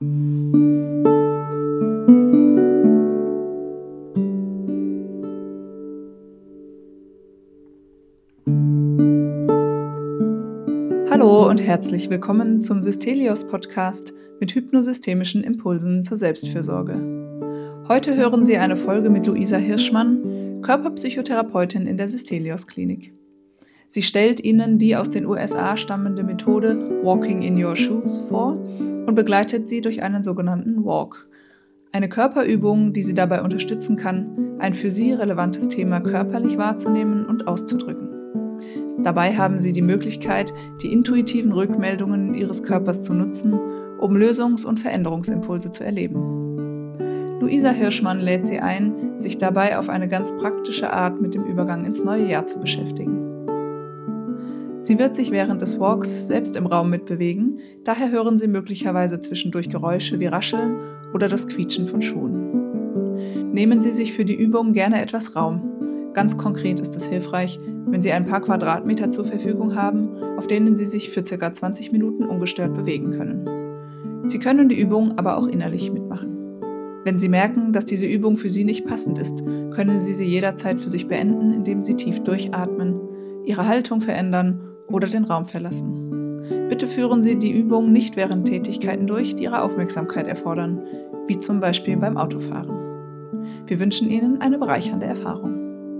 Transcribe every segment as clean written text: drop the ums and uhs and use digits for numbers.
Hallo und herzlich willkommen zum Systelios-Podcast mit hypnosystemischen Impulsen zur Selbstfürsorge. Heute hören Sie eine Folge mit Luisa Hirschmann, Körperpsychotherapeutin in der Systelios-Klinik. Sie stellt Ihnen die aus den USA stammende Methode Walking in Your Shoes vor und begleitet Sie durch einen sogenannten Walk. Eine Körperübung, die Sie dabei unterstützen kann, ein für Sie relevantes Thema körperlich wahrzunehmen und auszudrücken. Dabei haben Sie die Möglichkeit, die intuitiven Rückmeldungen Ihres Körpers zu nutzen, um Lösungs- und Veränderungsimpulse zu erleben. Luisa Hirschmann lädt Sie ein, sich dabei auf eine ganz praktische Art mit dem Übergang ins neue Jahr zu beschäftigen. Sie wird sich während des Walks selbst im Raum mitbewegen, daher hören Sie möglicherweise zwischendurch Geräusche wie Rascheln oder das Quietschen von Schuhen. Nehmen Sie sich für die Übung gerne etwas Raum. Ganz konkret ist es hilfreich, wenn Sie ein paar Quadratmeter zur Verfügung haben, auf denen Sie sich für ca. 20 Minuten ungestört bewegen können. Sie können die Übung aber auch innerlich mitmachen. Wenn Sie merken, dass diese Übung für Sie nicht passend ist, können Sie sie jederzeit für sich beenden, indem Sie tief durchatmen, Ihre Haltung verändern oder den Raum verlassen. Bitte führen Sie die Übung nicht während Tätigkeiten durch, die Ihre Aufmerksamkeit erfordern, wie zum Beispiel beim Autofahren. Wir wünschen Ihnen eine bereichernde Erfahrung.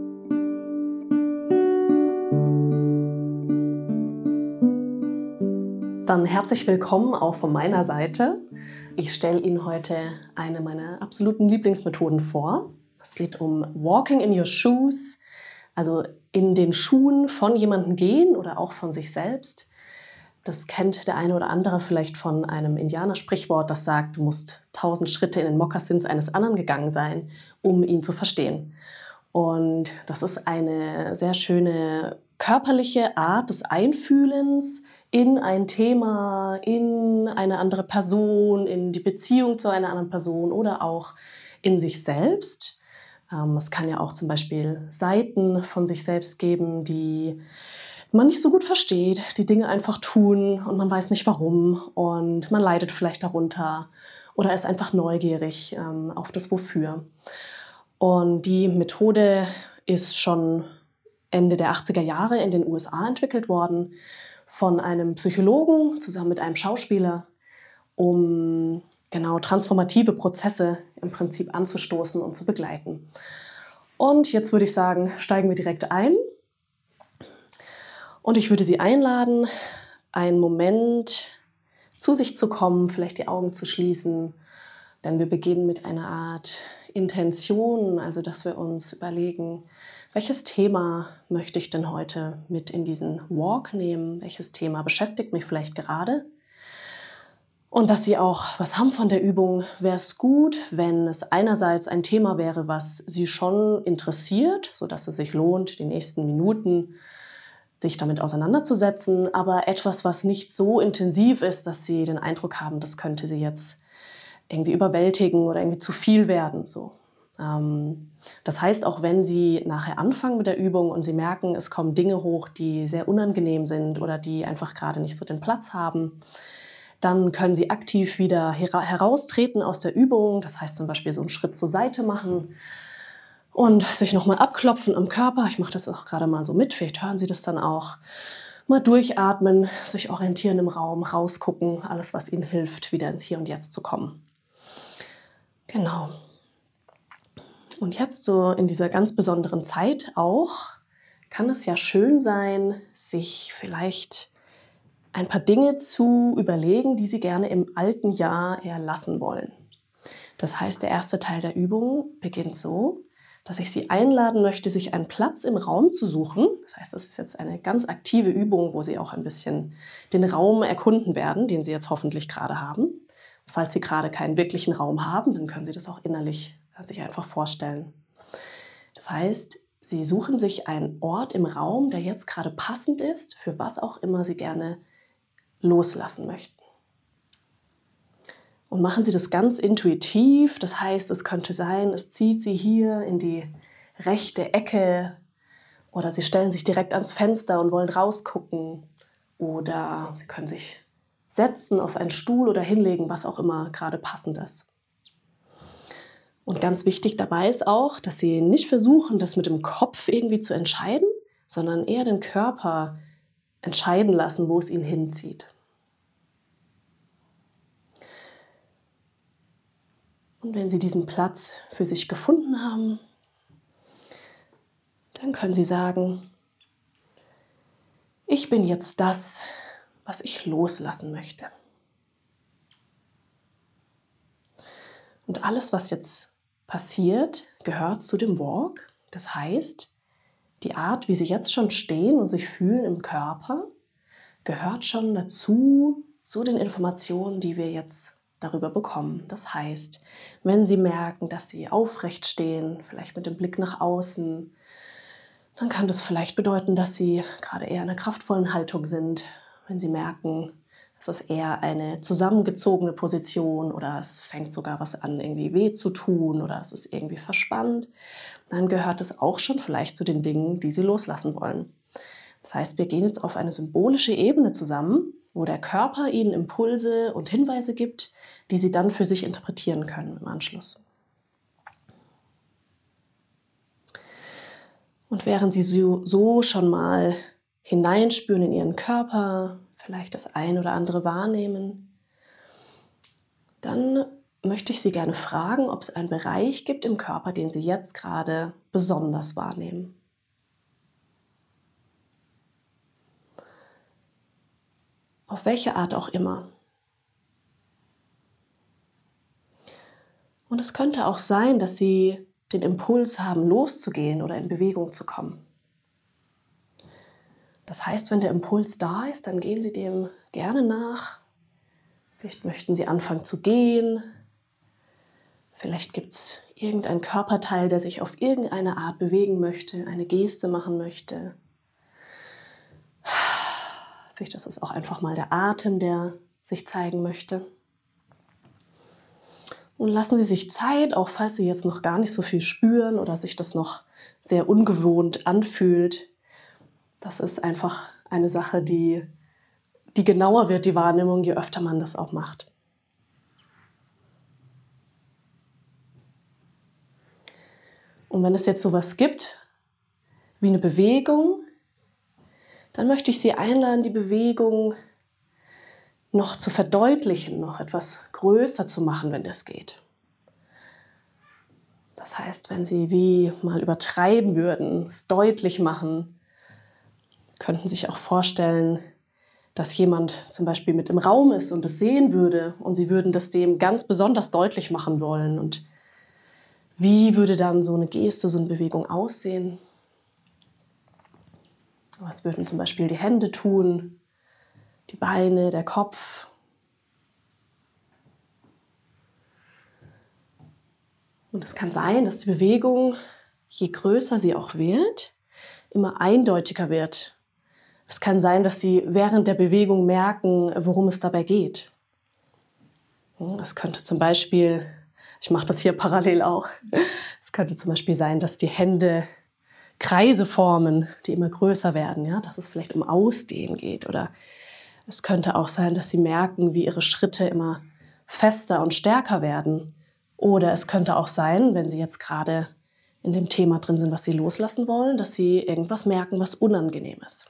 Dann herzlich willkommen auch von meiner Seite. Ich stelle Ihnen heute eine meiner absoluten Lieblingsmethoden vor. Es geht um Walking in Your Shoes, also in den Schuhen von jemandem gehen oder auch von sich selbst. Das kennt der eine oder andere vielleicht von einem Indianersprichwort, das sagt, du musst 1000 Schritte in den Mokassins eines anderen gegangen sein, um ihn zu verstehen. Und das ist eine sehr schöne körperliche Art des Einfühlens in ein Thema, in eine andere Person, in die Beziehung zu einer anderen Person oder auch in sich selbst. Es kann ja auch zum Beispiel Seiten von sich selbst geben, die man nicht so gut versteht, die Dinge einfach tun und man weiß nicht warum und man leidet vielleicht darunter oder ist einfach neugierig auf das Wofür. Und die Methode ist schon Ende der 80er Jahre in den USA entwickelt worden von einem Psychologen zusammen mit einem Schauspieler, um genau transformative Prozesse im Prinzip anzustoßen und zu begleiten. Und jetzt würde ich sagen, steigen wir direkt ein. Und ich würde Sie einladen, einen Moment zu sich zu kommen, vielleicht die Augen zu schließen, denn wir beginnen mit einer Art Intention, also dass wir uns überlegen, welches Thema möchte ich denn heute mit in diesen Walk nehmen? Welches Thema beschäftigt mich vielleicht gerade? Und dass Sie auch was haben von der Übung, wäre es gut, wenn es einerseits ein Thema wäre, was Sie schon interessiert, sodass es sich lohnt, die nächsten Minuten sich damit auseinanderzusetzen, aber etwas, was nicht so intensiv ist, dass Sie den Eindruck haben, das könnte Sie jetzt irgendwie überwältigen oder irgendwie zu viel werden. So. Das heißt, auch wenn Sie nachher anfangen mit der Übung und Sie merken, es kommen Dinge hoch, die sehr unangenehm sind oder die einfach gerade nicht so den Platz haben, dann können Sie aktiv wieder heraustreten aus der Übung. Das heißt zum Beispiel so einen Schritt zur Seite machen und sich nochmal abklopfen am Körper. Ich mache das auch gerade mal so mit, vielleicht hören Sie das dann auch. Mal durchatmen, sich orientieren im Raum, rausgucken, alles, was Ihnen hilft, wieder ins Hier und Jetzt zu kommen. Genau. Und jetzt so in dieser ganz besonderen Zeit auch, kann es ja schön sein, sich vielleicht ein paar Dinge zu überlegen, die Sie gerne im alten Jahr eher lassen wollen. Das heißt, der erste Teil der Übung beginnt so, dass ich Sie einladen möchte, sich einen Platz im Raum zu suchen. Das heißt, das ist jetzt eine ganz aktive Übung, wo Sie auch ein bisschen den Raum erkunden werden, den Sie jetzt hoffentlich gerade haben. Falls Sie gerade keinen wirklichen Raum haben, dann können Sie das auch innerlich sich einfach vorstellen. Das heißt, Sie suchen sich einen Ort im Raum, der jetzt gerade passend ist, für was auch immer Sie gerne loslassen möchten. Und machen Sie das ganz intuitiv. Das heißt, es könnte sein, es zieht Sie hier in die rechte Ecke oder Sie stellen sich direkt ans Fenster und wollen rausgucken. Oder Sie können sich setzen, auf einen Stuhl oder hinlegen, was auch immer gerade passend ist. Und ganz wichtig dabei ist auch, dass Sie nicht versuchen, das mit dem Kopf irgendwie zu entscheiden, sondern eher den Körper entscheiden lassen, wo es ihn hinzieht. Und wenn Sie diesen Platz für sich gefunden haben, dann können Sie sagen, ich bin jetzt das, was ich loslassen möchte. Und alles, was jetzt passiert, gehört zu dem Walk. Das heißt, die Art, wie Sie jetzt schon stehen und sich fühlen im Körper, gehört schon dazu, zu den Informationen, die wir jetzt darüber bekommen. Das heißt, wenn Sie merken, dass Sie aufrecht stehen, vielleicht mit dem Blick nach außen, dann kann das vielleicht bedeuten, dass Sie gerade eher in einer kraftvollen Haltung sind. Wenn Sie merken, es ist eher eine zusammengezogene Position oder es fängt sogar was an, irgendwie weh zu tun oder es ist irgendwie verspannt, dann gehört es auch schon vielleicht zu den Dingen, die Sie loslassen wollen. Das heißt, wir gehen jetzt auf eine symbolische Ebene zusammen, wo der Körper Ihnen Impulse und Hinweise gibt, die Sie dann für sich interpretieren können im Anschluss. Und während Sie so schon mal hineinspüren in Ihren Körper, vielleicht das ein oder andere wahrnehmen, dann möchte ich Sie gerne fragen, ob es einen Bereich gibt im Körper, den Sie jetzt gerade besonders wahrnehmen. Auf welche Art auch immer. Und es könnte auch sein, dass Sie den Impuls haben, loszugehen oder in Bewegung zu kommen. Das heißt, wenn der Impuls da ist, dann gehen Sie dem gerne nach. Vielleicht möchten Sie anfangen zu gehen. Vielleicht gibt es irgendeinen Körperteil, der sich auf irgendeine Art bewegen möchte, eine Geste machen möchte. Vielleicht ist es auch einfach mal der Atem, der sich zeigen möchte. Und lassen Sie sich Zeit, auch falls Sie jetzt noch gar nicht so viel spüren oder sich das noch sehr ungewohnt anfühlt. Das ist einfach eine Sache, die genauer wird, die Wahrnehmung, je öfter man das auch macht. Und wenn es jetzt sowas gibt, wie eine Bewegung, dann möchte ich Sie einladen, die Bewegung noch zu verdeutlichen, noch etwas größer zu machen, wenn das geht. Das heißt, wenn Sie wie mal übertreiben würden, es deutlich machen, könnten Sie sich auch vorstellen, dass jemand zum Beispiel mit im Raum ist und es sehen würde und Sie würden das dem ganz besonders deutlich machen wollen. Und wie würde dann so eine Geste, so eine Bewegung aussehen? Was würden zum Beispiel die Hände tun, die Beine, der Kopf? Und es kann sein, dass die Bewegung, je größer sie auch wird, immer eindeutiger wird. Es kann sein, dass Sie während der Bewegung merken, worum es dabei geht. Es könnte zum Beispiel, ich mache das hier parallel auch, es könnte zum Beispiel sein, dass die Hände Kreise formen, die immer größer werden, ja? Dass es vielleicht um Ausdehnen geht. Oder es könnte auch sein, dass Sie merken, wie Ihre Schritte immer fester und stärker werden. Oder es könnte auch sein, wenn Sie jetzt gerade in dem Thema drin sind, was Sie loslassen wollen, dass Sie irgendwas merken, was unangenehm ist.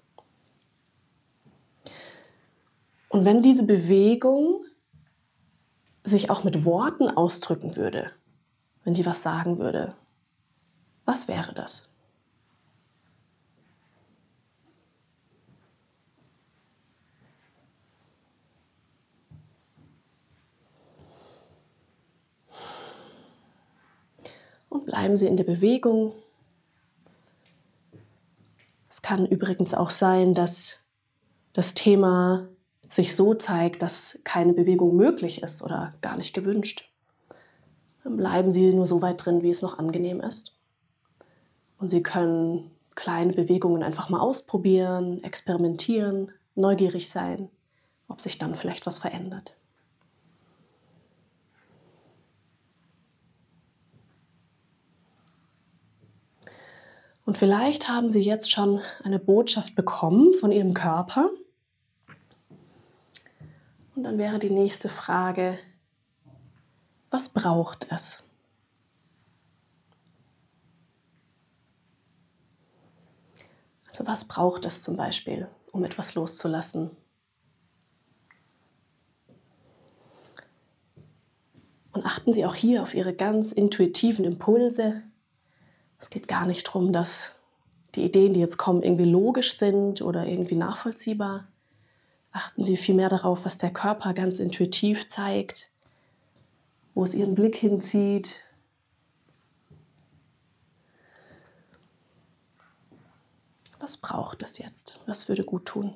Und wenn diese Bewegung sich auch mit Worten ausdrücken würde, wenn die was sagen würde, was wäre das? Und bleiben Sie in der Bewegung. Es kann übrigens auch sein, dass das Thema sich so zeigt, dass keine Bewegung möglich ist oder gar nicht gewünscht. Dann bleiben Sie nur so weit drin, wie es noch angenehm ist. Und Sie können kleine Bewegungen einfach mal ausprobieren, experimentieren, neugierig sein, ob sich dann vielleicht was verändert. Und vielleicht haben Sie jetzt schon eine Botschaft bekommen von Ihrem Körper. Und dann wäre die nächste Frage, was braucht es? Also was braucht es zum Beispiel, um etwas loszulassen? Und achten Sie auch hier auf Ihre ganz intuitiven Impulse. Es geht gar nicht darum, dass die Ideen, die jetzt kommen, irgendwie logisch sind oder irgendwie nachvollziehbar. Achten Sie vielmehr darauf, was der Körper ganz intuitiv zeigt, wo es Ihren Blick hinzieht. Was braucht es jetzt? Was würde gut tun?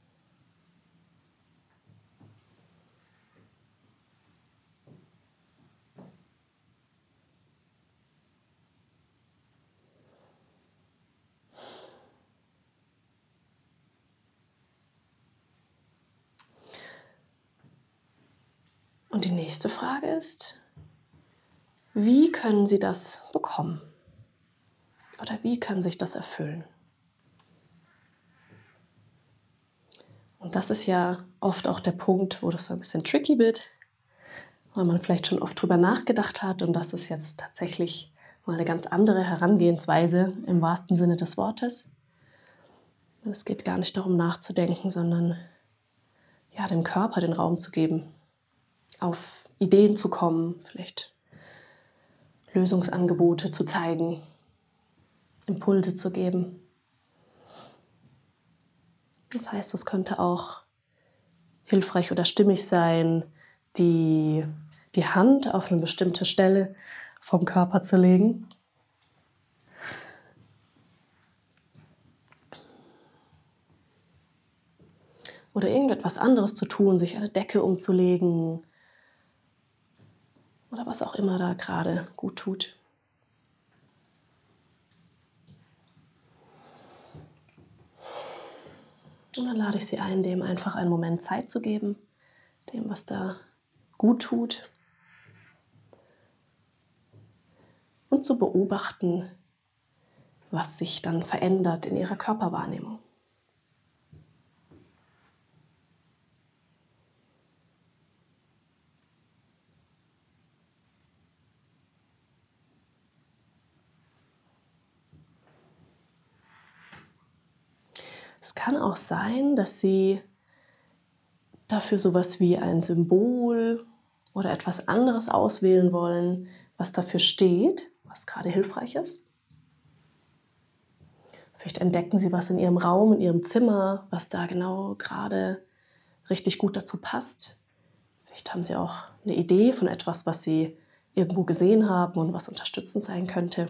Und die nächste Frage ist, wie können Sie das bekommen? Oder wie kann sich das erfüllen? Und das ist ja oft auch der Punkt, wo das so ein bisschen tricky wird, weil man vielleicht schon oft drüber nachgedacht hat und das ist jetzt tatsächlich mal eine ganz andere Herangehensweise im wahrsten Sinne des Wortes. Es geht gar nicht darum nachzudenken, sondern ja, dem Körper den Raum zu geben, auf Ideen zu kommen, vielleicht Lösungsangebote zu zeigen, Impulse zu geben. Das heißt, es könnte auch hilfreich oder stimmig sein, die Hand auf eine bestimmte Stelle vom Körper zu legen. Oder irgendetwas anderes zu tun, sich eine Decke umzulegen oder was auch immer da gerade gut tut. Und dann lade ich Sie ein, dem einfach einen Moment Zeit zu geben, dem, was da gut tut. Und zu beobachten, was sich dann verändert in Ihrer Körperwahrnehmung. Es kann auch sein, dass Sie dafür sowas wie ein Symbol oder etwas anderes auswählen wollen, was dafür steht, was gerade hilfreich ist. Vielleicht entdecken Sie was in Ihrem Raum, in Ihrem Zimmer, was da genau gerade richtig gut dazu passt. Vielleicht haben Sie auch eine Idee von etwas, was Sie irgendwo gesehen haben und was unterstützend sein könnte.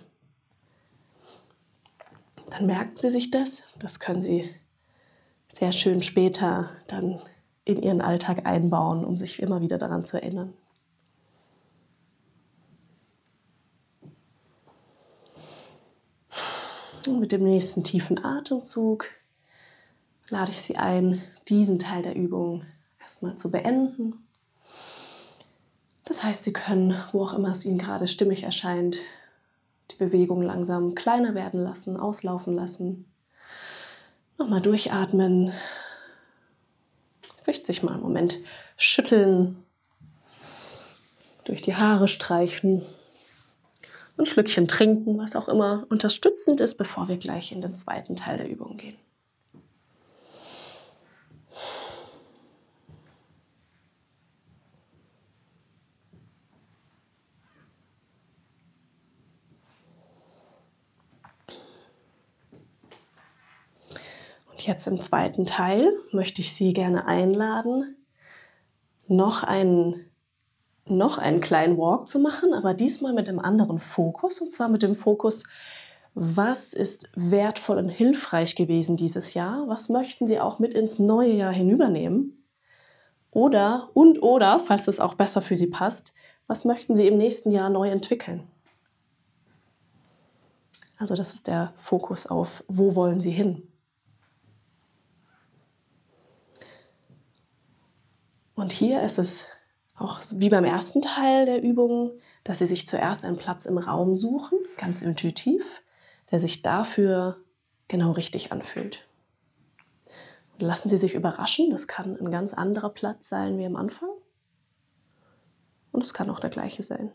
Dann merken Sie sich das. Das können Sie sehr schön später dann in Ihren Alltag einbauen, um sich immer wieder daran zu erinnern. Und mit dem nächsten tiefen Atemzug lade ich Sie ein, diesen Teil der Übung erstmal zu beenden. Das heißt, Sie können, wo auch immer es Ihnen gerade stimmig erscheint, die Bewegung langsam kleiner werden lassen, auslaufen lassen. Nochmal durchatmen. Vielleicht sich mal einen Moment schütteln, durch die Haare streichen, ein Schlückchen trinken, was auch immer unterstützend ist, bevor wir gleich in den zweiten Teil der Übung gehen. Und jetzt im zweiten Teil möchte ich Sie gerne einladen, noch einen kleinen Walk zu machen, aber diesmal mit einem anderen Fokus, und zwar mit dem Fokus, was ist wertvoll und hilfreich gewesen dieses Jahr? Was möchten Sie auch mit ins neue Jahr hinübernehmen? Oder, falls es auch besser für Sie passt, was möchten Sie im nächsten Jahr neu entwickeln? Also das ist der Fokus auf, wo wollen Sie hin? Und hier ist es auch wie beim ersten Teil der Übung, dass Sie sich zuerst einen Platz im Raum suchen, ganz intuitiv, der sich dafür genau richtig anfühlt. Lassen Sie sich überraschen, das kann ein ganz anderer Platz sein wie am Anfang. Und es kann auch der gleiche sein.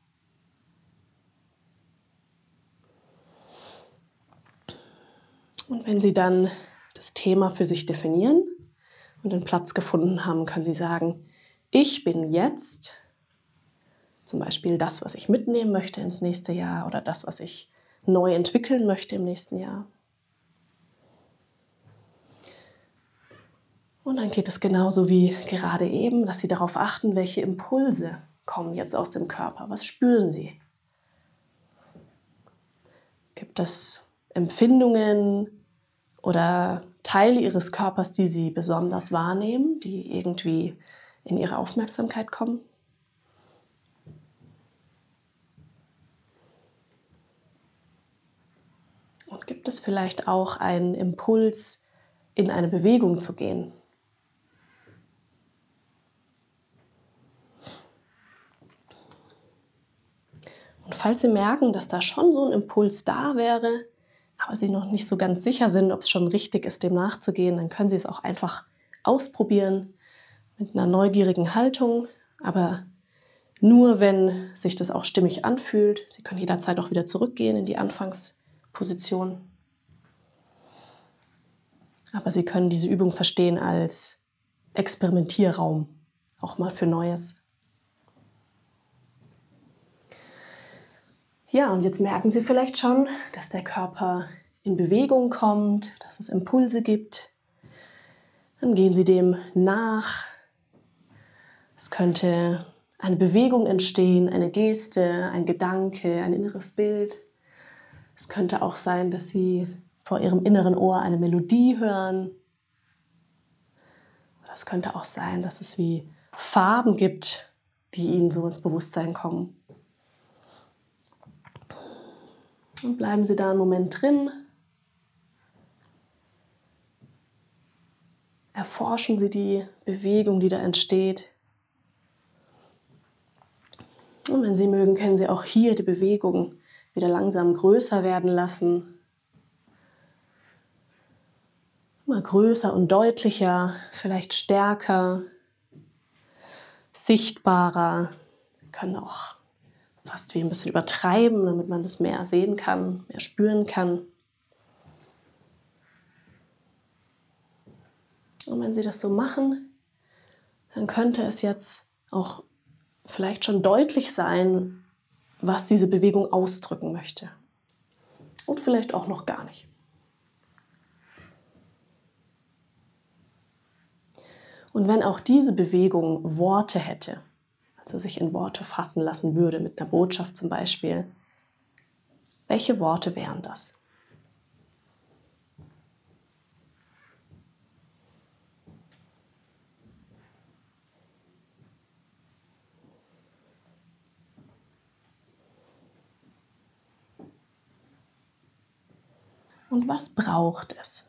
Und wenn Sie dann das Thema für sich definieren und den Platz gefunden haben, können Sie sagen, ich bin jetzt zum Beispiel das, was ich mitnehmen möchte ins nächste Jahr oder das, was ich neu entwickeln möchte im nächsten Jahr. Und dann geht es genauso wie gerade eben, dass Sie darauf achten, welche Impulse kommen jetzt aus dem Körper. Was spüren Sie? Gibt es Empfindungen oder Teile Ihres Körpers, die Sie besonders wahrnehmen, die irgendwie in Ihre Aufmerksamkeit kommen? Und gibt es vielleicht auch einen Impuls, in eine Bewegung zu gehen? Und falls Sie merken, dass da schon so ein Impuls da wäre, aber Sie noch nicht so ganz sicher sind, ob es schon richtig ist, dem nachzugehen, dann können Sie es auch einfach ausprobieren mit einer neugierigen Haltung, aber nur wenn sich das auch stimmig anfühlt. Sie können jederzeit auch wieder zurückgehen in die Anfangsposition. Aber Sie können diese Übung verstehen als Experimentierraum, auch mal für Neues. Ja, und jetzt merken Sie vielleicht schon, dass der Körper in Bewegung kommt, dass es Impulse gibt. Dann gehen Sie dem nach. Es könnte eine Bewegung entstehen, eine Geste, ein Gedanke, ein inneres Bild. Es könnte auch sein, dass Sie vor Ihrem inneren Ohr eine Melodie hören. Oder es könnte auch sein, dass es wie Farben gibt, die Ihnen so ins Bewusstsein kommen. Und bleiben Sie da einen Moment drin. Erforschen Sie die Bewegung, die da entsteht. Und wenn Sie mögen, können Sie auch hier die Bewegung wieder langsam größer werden lassen. Immer größer und deutlicher, vielleicht stärker, sichtbarer. Sie können auch fast wie ein bisschen übertreiben, damit man das mehr sehen kann, mehr spüren kann. Und wenn Sie das so machen, dann könnte es jetzt auch vielleicht schon deutlich sein, was diese Bewegung ausdrücken möchte. Und vielleicht auch noch gar nicht. Und wenn auch diese Bewegung Worte hätte, also sich in Worte fassen lassen würde, mit einer Botschaft zum Beispiel, welche Worte wären das? Und was braucht es?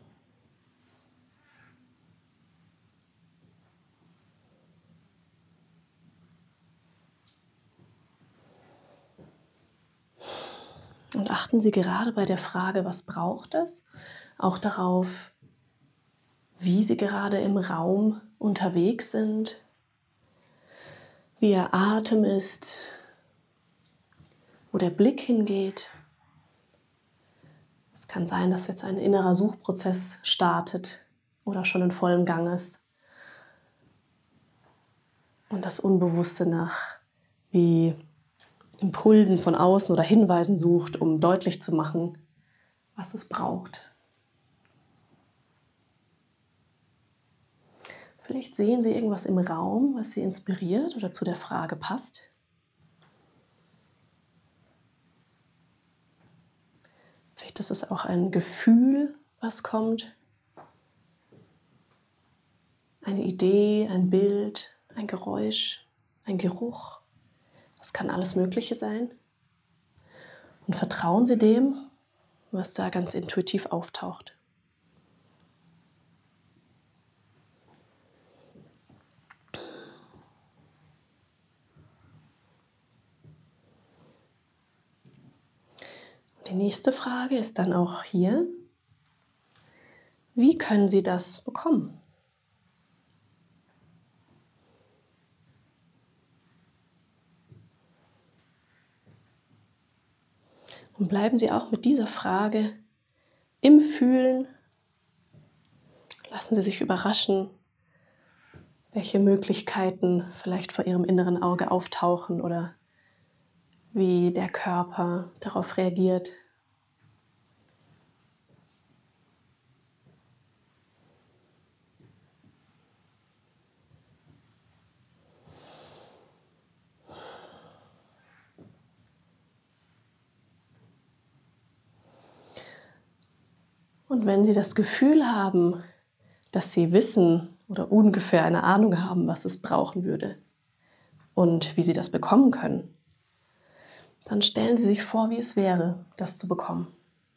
Und achten Sie gerade bei der Frage, was braucht es, auch darauf, wie Sie gerade im Raum unterwegs sind, wie Ihr Atem ist, wo der Blick hingeht. Es kann sein, dass jetzt ein innerer Suchprozess startet oder schon in vollem Gang ist. Und das Unbewusste nach wie Impulsen von außen oder Hinweisen sucht, um deutlich zu machen, was es braucht. Vielleicht sehen Sie irgendwas im Raum, was Sie inspiriert oder zu der Frage passt. Vielleicht ist es auch ein Gefühl, was kommt. Eine Idee, ein Bild, ein Geräusch, ein Geruch. Das kann alles Mögliche sein. Und vertrauen Sie dem, was da ganz intuitiv auftaucht. Die nächste Frage ist dann auch hier, Wie können Sie das bekommen? Und bleiben Sie auch mit dieser Frage im Fühlen. Lassen Sie sich überraschen, welche Möglichkeiten vielleicht vor Ihrem inneren Auge auftauchen oder wie der Körper darauf reagiert. Und wenn Sie das Gefühl haben, dass Sie wissen oder ungefähr eine Ahnung haben, was es brauchen würde und wie Sie das bekommen können, dann stellen Sie sich vor, wie es wäre, das zu bekommen.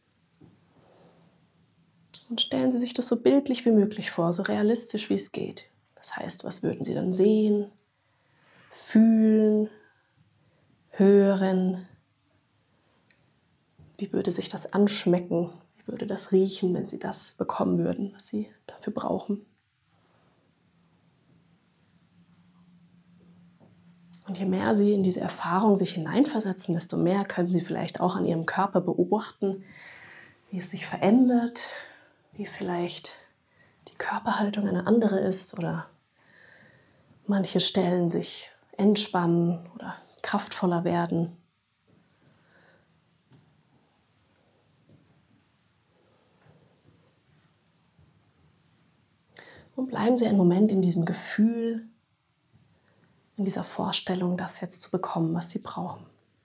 Und stellen Sie sich das so bildlich wie möglich vor, so realistisch wie es geht. Das heißt, was würden Sie dann sehen, fühlen, hören? Wie würde sich das anschmecken? Wie würde das riechen, wenn Sie das bekommen würden, was Sie dafür brauchen? Und je mehr Sie in diese Erfahrung sich hineinversetzen, desto mehr können Sie vielleicht auch an Ihrem Körper beobachten, wie es sich verändert, wie vielleicht die Körperhaltung eine andere ist oder manche Stellen sich entspannen oder kraftvoller werden. Und bleiben Sie einen Moment in diesem Gefühl, in dieser Vorstellung, das jetzt zu bekommen, was Sie brauchen.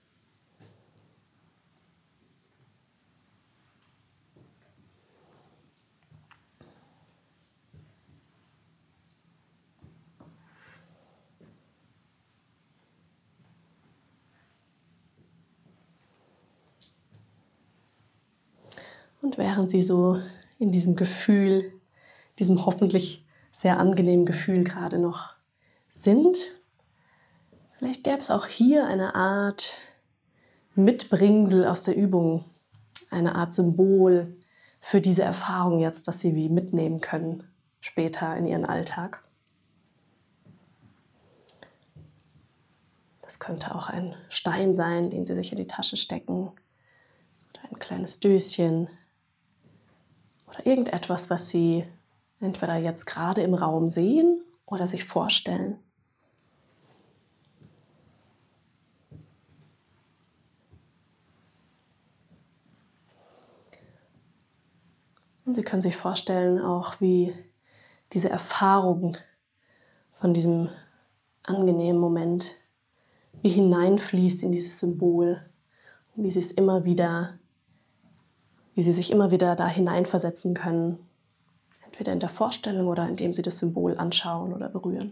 Und während Sie so in diesem Gefühl, diesem hoffentlich sehr angenehmen Gefühl gerade noch sind, vielleicht gäbe es auch hier eine Art Mitbringsel aus der Übung, eine Art Symbol für diese Erfahrung jetzt, dass Sie wie mitnehmen können später in Ihren Alltag. Das könnte auch ein Stein sein, den Sie sich in die Tasche stecken, oder ein kleines Döschen oder irgendetwas, was Sie entweder jetzt gerade im Raum sehen oder sich vorstellen. Und Sie können sich vorstellen auch, wie diese Erfahrung von diesem angenehmen Moment wie hineinfließt in dieses Symbol und wie Sie sich immer wieder da hineinversetzen können, entweder in der Vorstellung oder indem Sie das Symbol anschauen oder berühren.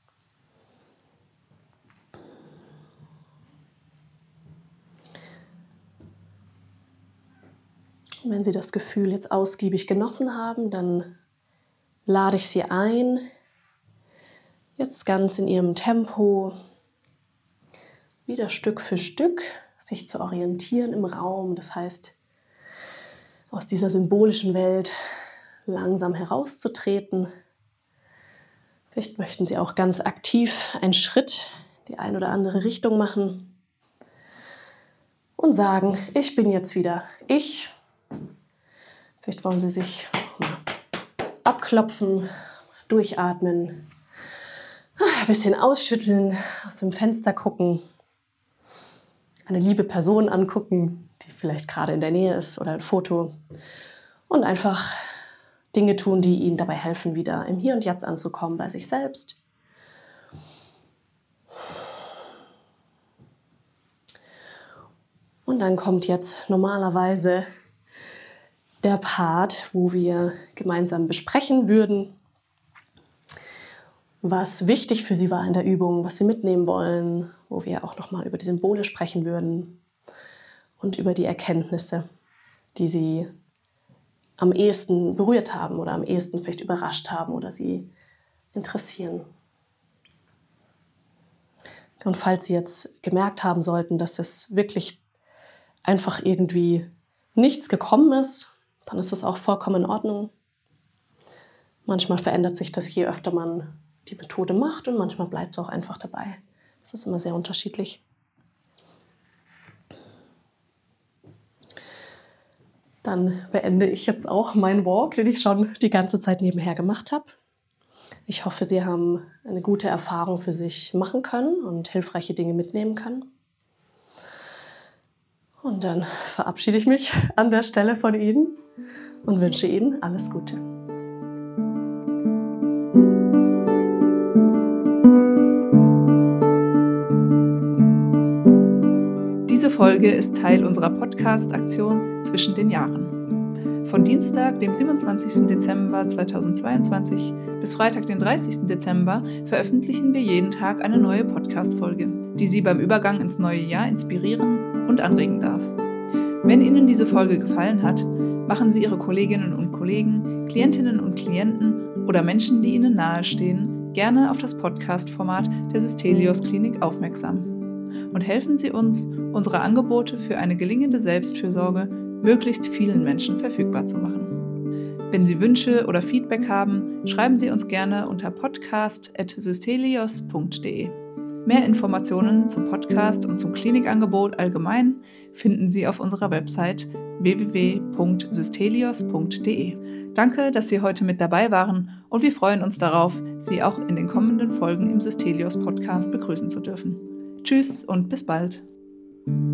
Und wenn Sie das Gefühl jetzt ausgiebig genossen haben, dann lade ich Sie ein, jetzt ganz in Ihrem Tempo, wieder Stück für Stück, sich zu orientieren im Raum. Das heißt, aus dieser symbolischen Welt langsam herauszutreten. Vielleicht möchten Sie auch ganz aktiv einen Schritt in die eine oder andere Richtung machen und sagen, ich bin jetzt wieder ich. Vielleicht wollen Sie sich abklopfen, durchatmen, ein bisschen ausschütteln, aus dem Fenster gucken, eine liebe Person angucken, die vielleicht gerade in der Nähe ist oder ein Foto und einfach Dinge tun, die Ihnen dabei helfen, wieder im Hier und Jetzt anzukommen bei sich selbst. Und dann kommt jetzt normalerweise der Part, wo wir gemeinsam besprechen würden, was wichtig für Sie war in der Übung, was Sie mitnehmen wollen, wo wir auch nochmal über die Symbole sprechen würden und über die Erkenntnisse, die Sie am ehesten berührt haben oder am ehesten vielleicht überrascht haben oder Sie interessieren. Und falls Sie jetzt gemerkt haben sollten, dass es wirklich einfach irgendwie nichts gekommen ist, dann ist das auch vollkommen in Ordnung. Manchmal verändert sich das, je öfter man die Methode macht, und manchmal bleibt es auch einfach dabei. Das ist immer sehr unterschiedlich. Dann beende ich jetzt auch meinen Walk, den ich schon die ganze Zeit nebenher gemacht habe. Ich hoffe, Sie haben eine gute Erfahrung für sich machen können und hilfreiche Dinge mitnehmen können. Und dann verabschiede ich mich an der Stelle von Ihnen und wünsche Ihnen alles Gute. Diese Folge ist Teil unserer Podcast-Aktion Zwischen den Jahren. Von Dienstag, dem 27. Dezember 2022 bis Freitag, den 30. Dezember veröffentlichen wir jeden Tag eine neue Podcast-Folge, die Sie beim Übergang ins neue Jahr inspirieren und anregen darf. Wenn Ihnen diese Folge gefallen hat, machen Sie Ihre Kolleginnen und Kollegen, Klientinnen und Klienten oder Menschen, die Ihnen nahestehen, gerne auf das Podcast-Format der Systelios Klinik aufmerksam. Und helfen Sie uns, unsere Angebote für eine gelingende Selbstfürsorge möglichst vielen Menschen verfügbar zu machen. Wenn Sie Wünsche oder Feedback haben, schreiben Sie uns gerne unter podcast@systelios.de. Mehr Informationen zum Podcast und zum Klinikangebot allgemein finden Sie auf unserer Website www.systelios.de. Danke, dass Sie heute mit dabei waren, und wir freuen uns darauf, Sie auch in den kommenden Folgen im Systelios Podcast begrüßen zu dürfen. Tschüss und bis bald.